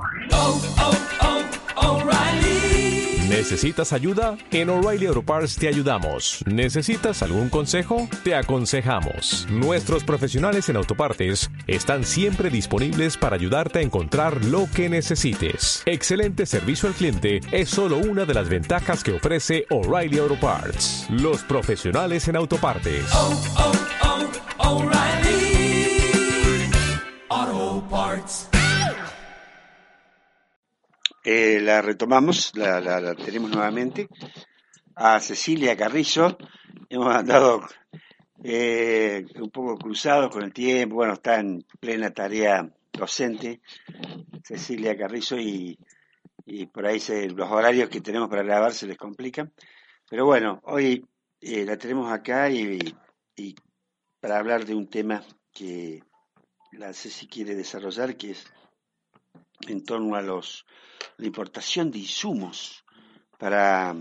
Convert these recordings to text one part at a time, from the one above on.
¿Necesitas ayuda? En O'Reilly Auto Parts te ayudamos. ¿Necesitas algún consejo? Te aconsejamos. Nuestros profesionales en autopartes están siempre disponibles para ayudarte a encontrar lo que necesites. Excelente servicio al cliente es solo una de las ventajas que ofrece O'Reilly Auto Parts. Los profesionales en autopartes. O'Reilly Auto Parts. La retomamos, la tenemos nuevamente a Cecilia Carrizo. Hemos andado un poco cruzados con el tiempo, bueno, está en plena tarea docente Cecilia Carrizo y por ahí los horarios que tenemos para grabar se les complican, pero bueno, hoy la tenemos acá y para hablar de un tema que la Ceci quiere desarrollar, que es en torno a la importación de insumos para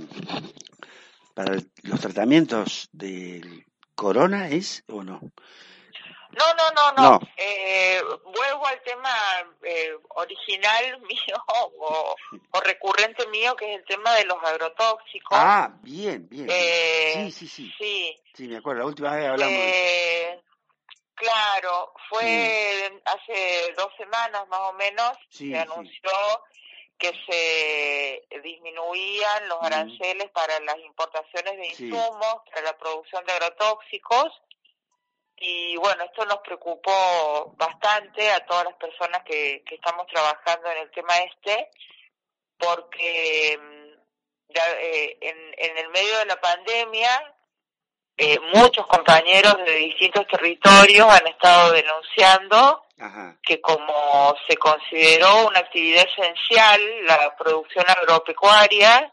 los tratamientos del corona, ¿es o no? No. Vuelvo al tema original mío o recurrente mío, que es el tema de los agrotóxicos. Ah, bien. Sí, me acuerdo, la última vez hablamos de eso. Claro, fue hace 2 semanas más o menos, se anunció que se disminuían los aranceles para las importaciones de insumos, para la producción de agrotóxicos, y bueno, esto nos preocupó bastante a todas las personas que estamos trabajando en el tema porque en el medio de la pandemia, muchos compañeros de distintos territorios han estado denunciando que como se consideró una actividad esencial la producción agropecuaria,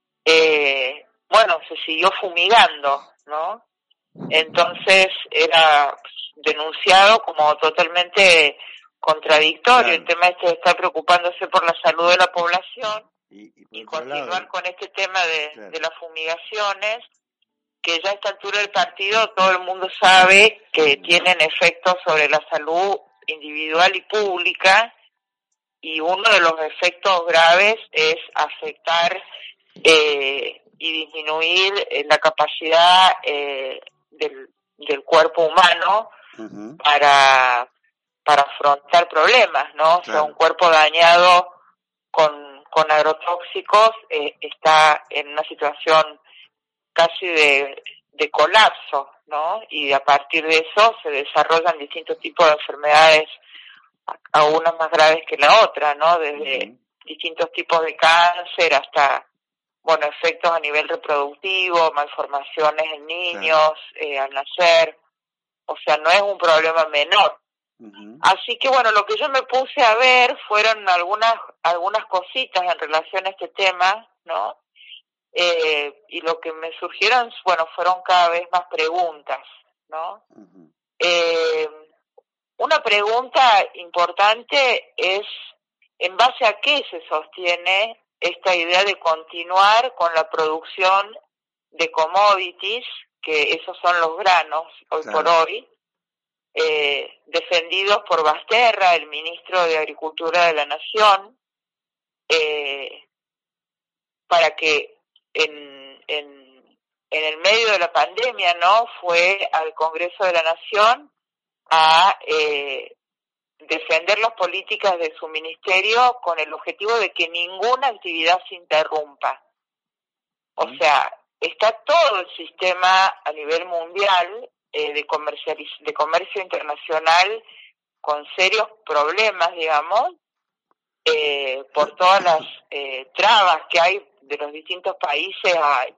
se siguió fumigando, ¿no? Entonces era denunciado como totalmente contradictorio. El tema de estar preocupándose por la salud de la población y continuar con este tema de las fumigaciones, que ya a esta altura del partido todo el mundo sabe que tienen efectos sobre la salud individual y pública, y uno de los efectos graves es afectar y disminuir la capacidad del cuerpo humano para afrontar problemas, ¿no? Claro. O sea, un cuerpo dañado con agrotóxicos está en una situación casi de colapso, ¿no? Y a partir de eso se desarrollan distintos tipos de enfermedades, algunas más graves que la otra, ¿no? Desde distintos tipos de cáncer hasta, efectos a nivel reproductivo, malformaciones en niños, al nacer. O sea, no es un problema menor. Así que, lo que yo me puse a ver fueron algunas cositas en relación a este tema, ¿no? Y lo que me surgieron, fueron cada vez más preguntas, ¿no? Una pregunta importante es, ¿en base a qué se sostiene esta idea de continuar con la producción de commodities, que esos son los granos, hoy por hoy, defendidos por Basterra, el ministro de Agricultura de la Nación, para que en el medio de la pandemia, ¿no?, fue al Congreso de la Nación a defender las políticas de su ministerio con el objetivo de que ninguna actividad se interrumpa. O sea, está todo el sistema a nivel mundial de comercio internacional con serios problemas, digamos, por todas las trabas que hay de los distintos países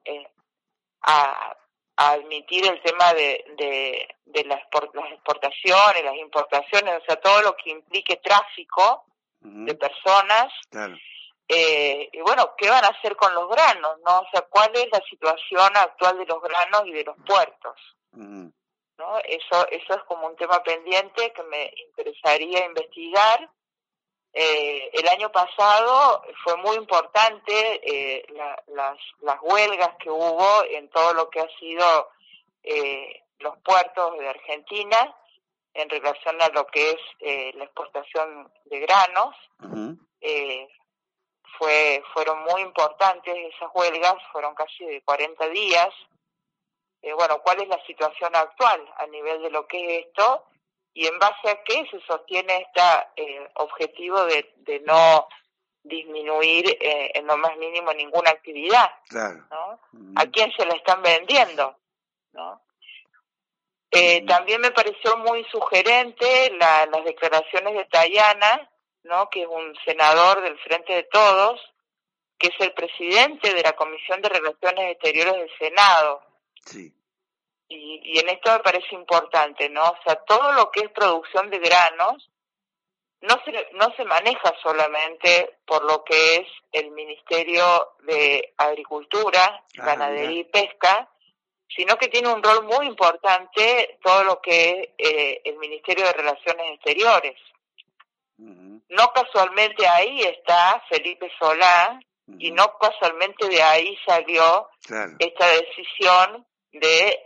a admitir el tema de las exportaciones, las importaciones, o sea, todo lo que implique tráfico de personas. Claro. Y ¿qué van a hacer con los granos, no? O sea, ¿cuál es la situación actual de los granos y de los puertos? ¿No? Eso es como un tema pendiente que me interesaría investigar. El año pasado fue muy importante las huelgas que hubo en todo lo que ha sido los puertos de Argentina en relación a lo que es la exportación de granos. fueron muy importantes esas huelgas, fueron casi de 40 días. Bueno, ¿cuál es la situación actual a nivel de lo que es esto? Y en base a qué se sostiene este objetivo de no disminuir en lo más mínimo ninguna actividad, claro, ¿no? ¿A quién se la están vendiendo, no? También me pareció muy sugerente las declaraciones de Tayana, ¿no? Que es un senador del Frente de Todos, que es el presidente de la Comisión de Relaciones Exteriores del Senado. sí. Y en esto me parece importante, ¿no? O sea, todo lo que es producción de granos no se maneja solamente por lo que es el Ministerio de Agricultura, Ganadería y Pesca, sino que tiene un rol muy importante todo lo que es el Ministerio de Relaciones Exteriores. No casualmente ahí está Felipe Solá, y no casualmente de ahí salió esta decisión de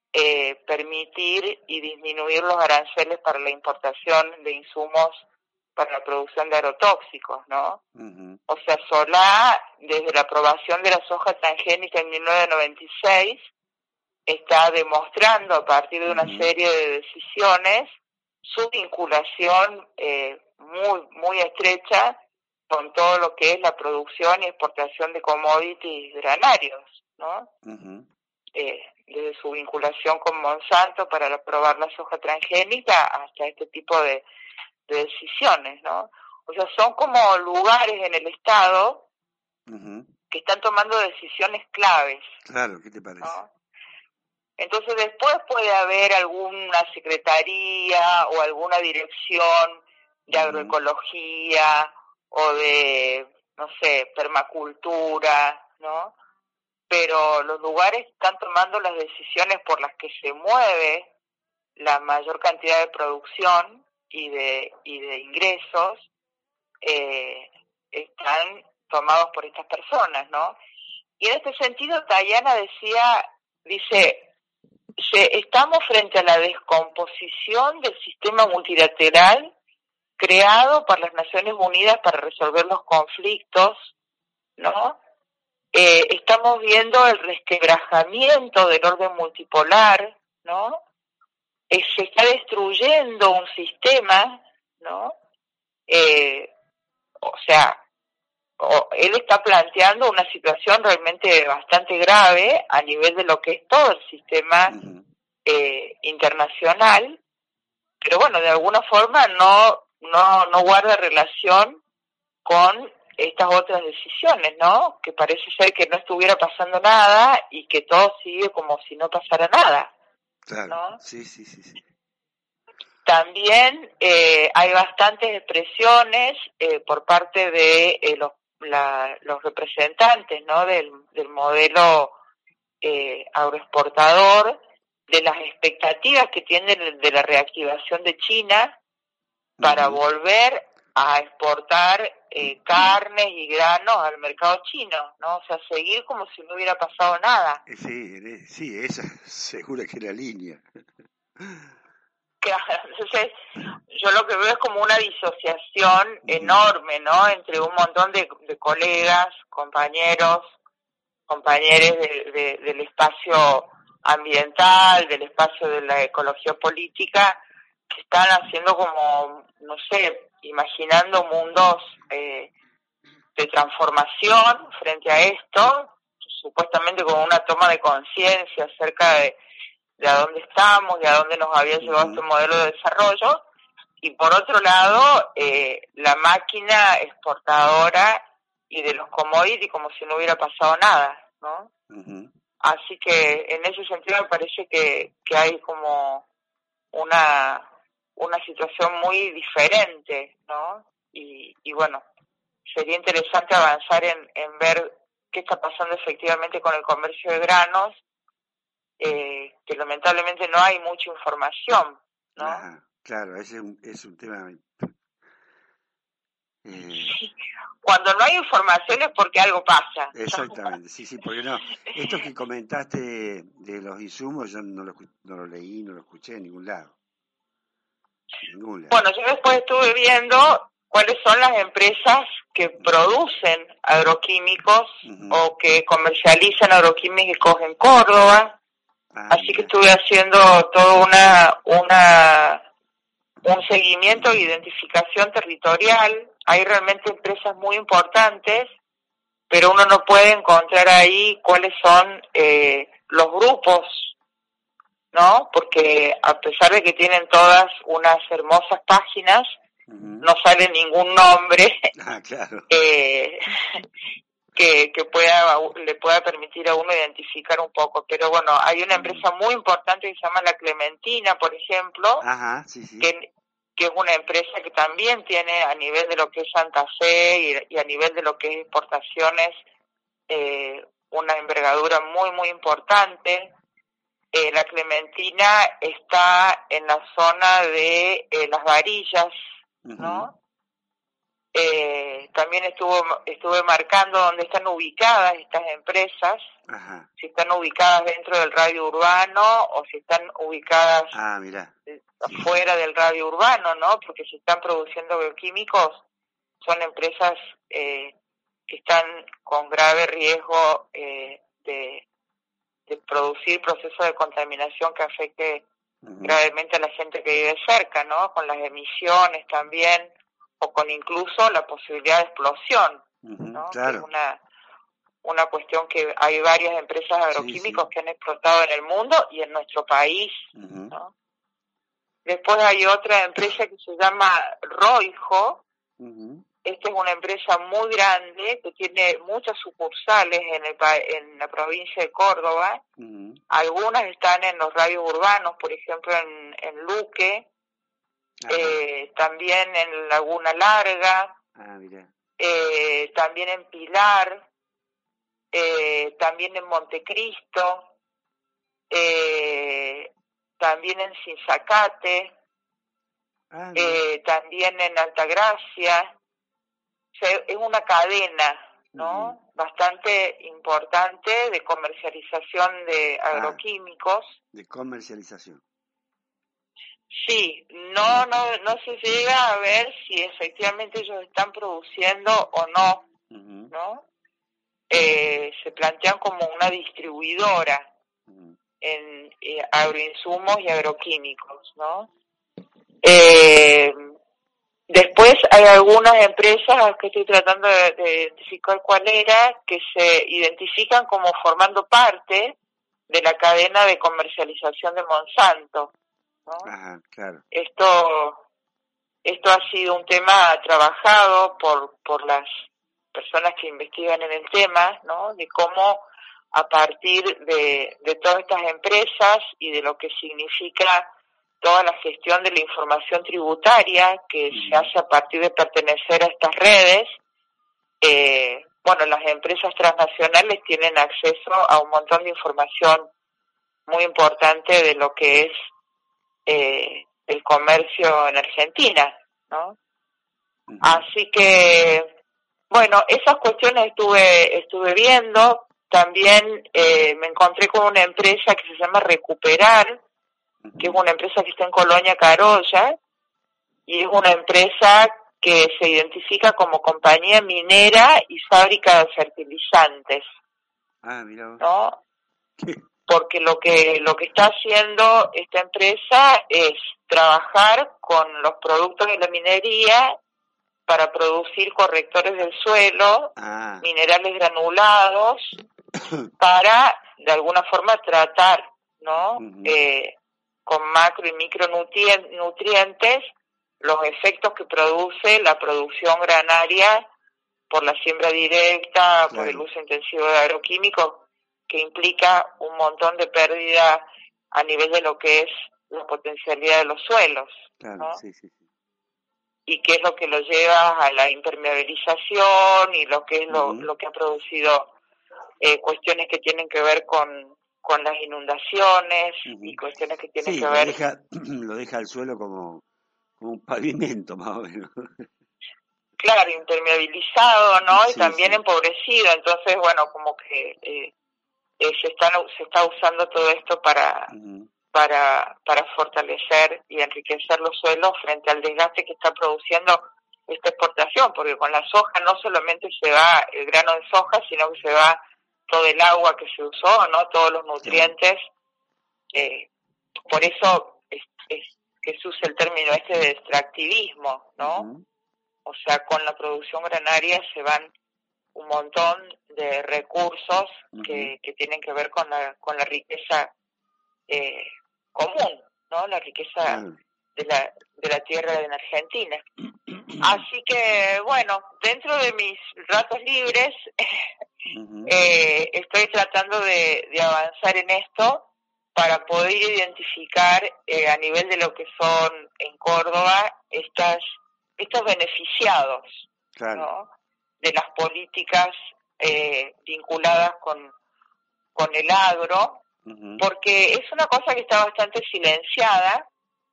permitir y disminuir los aranceles para la importación de insumos para la producción de agrotóxicos, ¿no? O sea, Solá, desde la aprobación de la soja transgénica en 1996, está demostrando a partir de una serie de decisiones su vinculación muy estrecha con todo lo que es la producción y exportación de commodities granarios, ¿no? Desde su vinculación con Monsanto para aprobar la soja transgénica hasta este tipo de decisiones, ¿no? O sea, son como lugares en el Estado que están tomando decisiones claves. Claro, ¿qué te parece? ¿No? Entonces después puede haber alguna secretaría o alguna dirección de agroecología o de, no sé, permacultura, ¿no? Pero los lugares que están tomando las decisiones por las que se mueve la mayor cantidad de producción y de ingresos están tomados por estas personas, ¿no? Y en este sentido Tayana dice, estamos frente a la descomposición del sistema multilateral creado por las Naciones Unidas para resolver los conflictos, ¿no? Estamos viendo el resquebrajamiento del orden multipolar, ¿no? Se está destruyendo un sistema, ¿no? O sea, él está planteando una situación realmente bastante grave a nivel de lo que es todo el sistema internacional, pero bueno, de alguna forma no guarda relación con estas otras decisiones, ¿no? Que parece ser que no estuviera pasando nada y que todo sigue como si no pasara nada. Claro, ¿no? sí. También hay bastantes expresiones por parte de los representantes, ¿no? del modelo agroexportador, de las expectativas que tienen de la reactivación de China para volver a exportar carnes y granos al mercado chino, ¿no? O sea, seguir como si no hubiera pasado nada. Sí, esa seguro que es la línea. Claro, entonces yo lo que veo es como una disociación enorme, ¿no? Entre un montón de colegas, compañeros del espacio ambiental, del espacio de la ecología política, que están haciendo como, no sé, imaginando mundos de transformación frente a esto, supuestamente con una toma de conciencia acerca de a dónde estamos y a dónde nos había llevado este modelo de desarrollo, y por otro lado, la máquina exportadora y de los commodities como si no hubiera pasado nada, ¿no? Así que en ese sentido me parece que hay como una situación muy diferente, ¿no? Y bueno, sería interesante avanzar en ver qué está pasando efectivamente con el comercio de granos, que lamentablemente no hay mucha información, ¿no? Ajá, claro, es un tema... Cuando no hay información es porque algo pasa. Exactamente, sí, porque no, esto que comentaste de los insumos yo no lo leí, no lo escuché en ningún lado. Bueno, yo después estuve viendo cuáles son las empresas que producen agroquímicos o que comercializan agroquímicos en Córdoba. Así que estuve haciendo todo un seguimiento e identificación territorial. Hay realmente empresas muy importantes, pero uno no puede encontrar ahí cuáles son los grupos, ¿no? Porque a pesar de que tienen todas unas hermosas páginas, no sale ningún nombre claro. que le pueda permitir a uno identificar un poco. Pero bueno, hay una empresa muy importante que se llama La Clementina, por ejemplo, que es una empresa que también tiene a nivel de lo que es Santa Fe y a nivel de lo que es exportaciones una envergadura muy, muy importante. La Clementina está en la zona de Las Varillas, ¿no? También estuve marcando dónde están ubicadas estas empresas, si están ubicadas dentro del radio urbano o si están ubicadas fuera del radio urbano, ¿no? Porque si están produciendo bioquímicos, son empresas que están con grave riesgo de producir procesos de contaminación que afecte gravemente a la gente que vive cerca, ¿no? Con las emisiones también, o con incluso la posibilidad de explosión, ¿no? Claro. Que es una cuestión que hay varias empresas agroquímicos que han explotado en el mundo y en nuestro país, ¿no? Después hay otra empresa que se llama Roijo. Esta es una empresa muy grande que tiene muchas sucursales en la provincia de Córdoba. Algunas están en los radios urbanos, por ejemplo en Luque, también en Laguna Larga, también en Pilar, también en Montecristo, también en Sinzacate, también en Altagracia. O sea, es una cadena, ¿no? Bastante importante de comercialización de agroquímicos. De comercialización. Sí, no se llega a ver si efectivamente ellos están produciendo o no, ¿no? Se plantean como una distribuidora en agroinsumos y agroquímicos, ¿no? Después hay algunas empresas que estoy tratando de identificar cuál era, que se identifican como formando parte de la cadena de comercialización de Monsanto, ¿no? Claro. Esto ha sido un tema trabajado por las personas que investigan en el tema, ¿no? De cómo a partir de todas estas empresas y de lo que significa toda la gestión de la información tributaria que se hace a partir de pertenecer a estas redes, las empresas transnacionales tienen acceso a un montón de información muy importante de lo que es el comercio en Argentina, ¿no? Así que, esas cuestiones estuve viendo. También me encontré con una empresa que se llama Recuperar, que es una empresa que está en Colonia Carolla, y es una empresa que se identifica como compañía minera y fábrica de fertilizantes. Mira vos. ¿No? Porque lo que está haciendo esta empresa es trabajar con los productos de la minería para producir correctores del suelo, minerales granulados, para de alguna forma tratar, ¿no? Con macro y micronutrientes los efectos que produce la producción granaria por la siembra directa, por el uso intensivo de agroquímicos, que implica un montón de pérdida a nivel de lo que es la potencialidad de los suelos, ¿no? Y qué es lo que lo lleva a la impermeabilización y lo que es lo que ha producido cuestiones que tienen que ver con las inundaciones y cuestiones que tienen que ver... Lo deja el suelo como un pavimento, más o menos. Claro, impermeabilizado, ¿no? Y también empobrecido. Entonces, como que se está usando todo esto para fortalecer y enriquecer los suelos frente al desgaste que está produciendo esta exportación, porque con la soja no solamente se va el grano de soja, sino que se va todo el agua que se usó, ¿no? Todos los nutrientes. Por eso es que se usa el término de extractivismo, ¿no? Uh-huh. O sea, con la producción granaria se van un montón de recursos uh-huh. que tienen que ver con la riqueza común, ¿no? La riqueza uh-huh. de la tierra en Argentina. Así que, bueno, dentro de mis ratos libres uh-huh. Estoy tratando de avanzar en esto para poder identificar a nivel de lo que son en Córdoba estos beneficiados, claro. ¿no? De las políticas vinculadas con el agro, uh-huh. porque es una cosa que está bastante silenciada,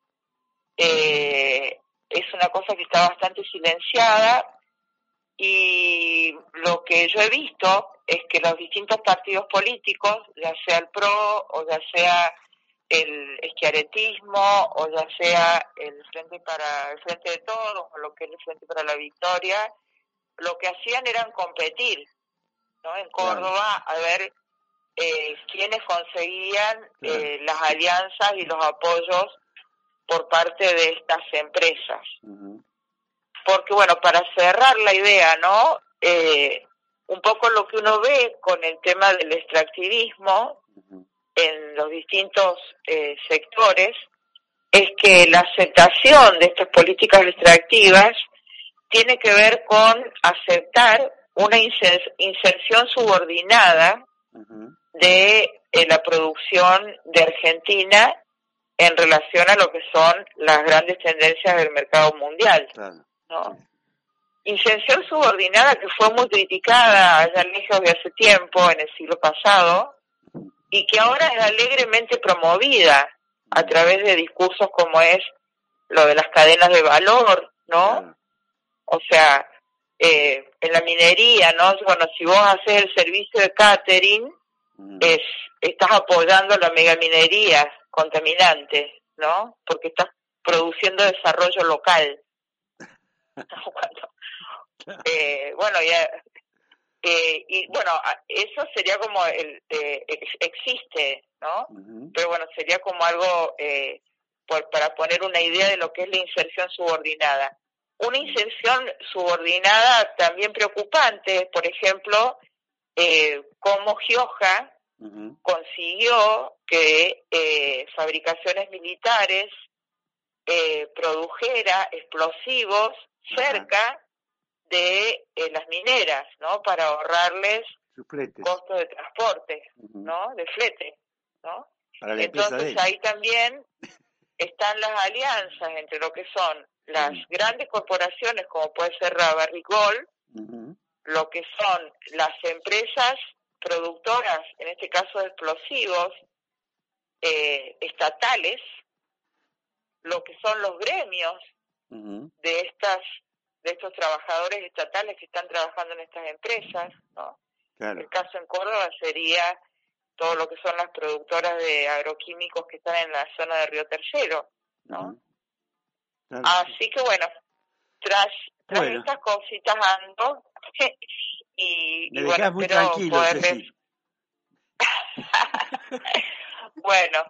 y lo que yo he visto es que los distintos partidos políticos, ya sea el PRO o ya sea el schiarettismo o ya sea el Frente de Todos o lo que es el Frente para la Victoria, lo que hacían era competir, ¿no? En Córdoba, a ver quiénes conseguían las alianzas y los apoyos por parte de estas empresas. Uh-huh. Porque, bueno, para cerrar la idea, ¿no? Un poco lo que uno ve con el tema del extractivismo uh-huh. en los distintos sectores es que la aceptación de estas políticas extractivas tiene que ver con aceptar una inserción subordinada uh-huh. de la producción de Argentina en relación a lo que son las grandes tendencias del mercado mundial, claro. ¿no? Inserción subordinada que fue muy criticada allá lejos de hace tiempo, en el siglo pasado, y que ahora es alegremente promovida a través de discursos como es lo de las cadenas de valor, ¿no? Claro. O sea, en la minería, ¿no? Bueno, si vos haces el servicio de catering, estás apoyando la megaminería contaminante, ¿no? Porque estás produciendo desarrollo local. Bueno, y bueno, eso sería como existe, ¿no? Uh-huh. Pero bueno, sería como algo para poner una idea de lo que es la inserción subordinada. Una inserción subordinada también preocupante, por ejemplo, cómo Gioja uh-huh. consiguió que fabricaciones militares produjera explosivos cerca de las mineras, ¿no? Para ahorrarles costos de transporte, uh-huh. ¿no? De flete, ¿no? Entonces ahí también están las alianzas entre lo que son las uh-huh. grandes corporaciones, como puede ser Barrick-Gold, uh-huh. lo que son las empresas productoras, en este caso de explosivos, estatales, lo que son los gremios uh-huh. de estos trabajadores estatales que están trabajando en estas empresas, ¿no? Claro. El caso en Córdoba sería todo lo que son las productoras de agroquímicos que están en la zona de Río Tercero, ¿no? Uh-huh. Claro. Así que bueno, tras estas cositas ando y bueno, muy espero tranquilo, poderles... Bueno.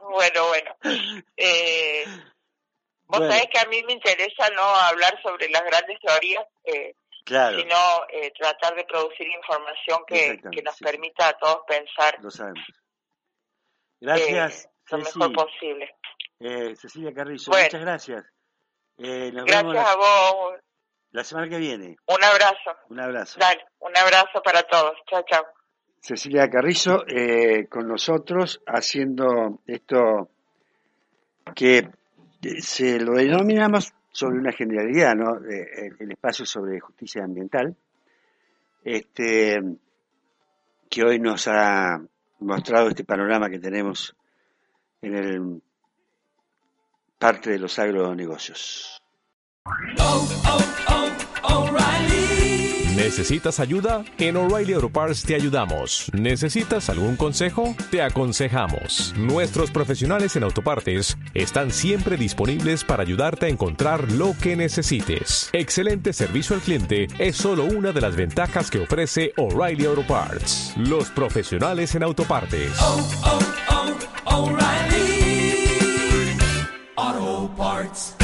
Vos sabés que a mí me interesa no hablar sobre las grandes teorías, claro. sino tratar de producir información que nos permita a todos pensar. Lo sabemos. Gracias, lo mejor posible. Cecilia Carrizo, muchas gracias. Nos gracias vemos a vos. La semana que viene. Un abrazo. Un abrazo. Dale, un abrazo para todos. Chao. Cecilia Carrizo con nosotros haciendo esto que se lo denominamos sobre una generalidad, ¿no? El espacio sobre justicia ambiental, que hoy nos ha mostrado este panorama que tenemos en el parte de los agronegocios. ¿Necesitas ¿Necesitas ayuda? En O'Reilly Auto Parts te ayudamos. ¿Necesitas algún consejo? Te aconsejamos. Nuestros profesionales en autopartes están siempre disponibles para ayudarte a encontrar lo que necesites. Excelente servicio al cliente es solo una de las ventajas que ofrece O'Reilly Auto Parts. Los profesionales en autopartes. O'Reilly Auto Parts.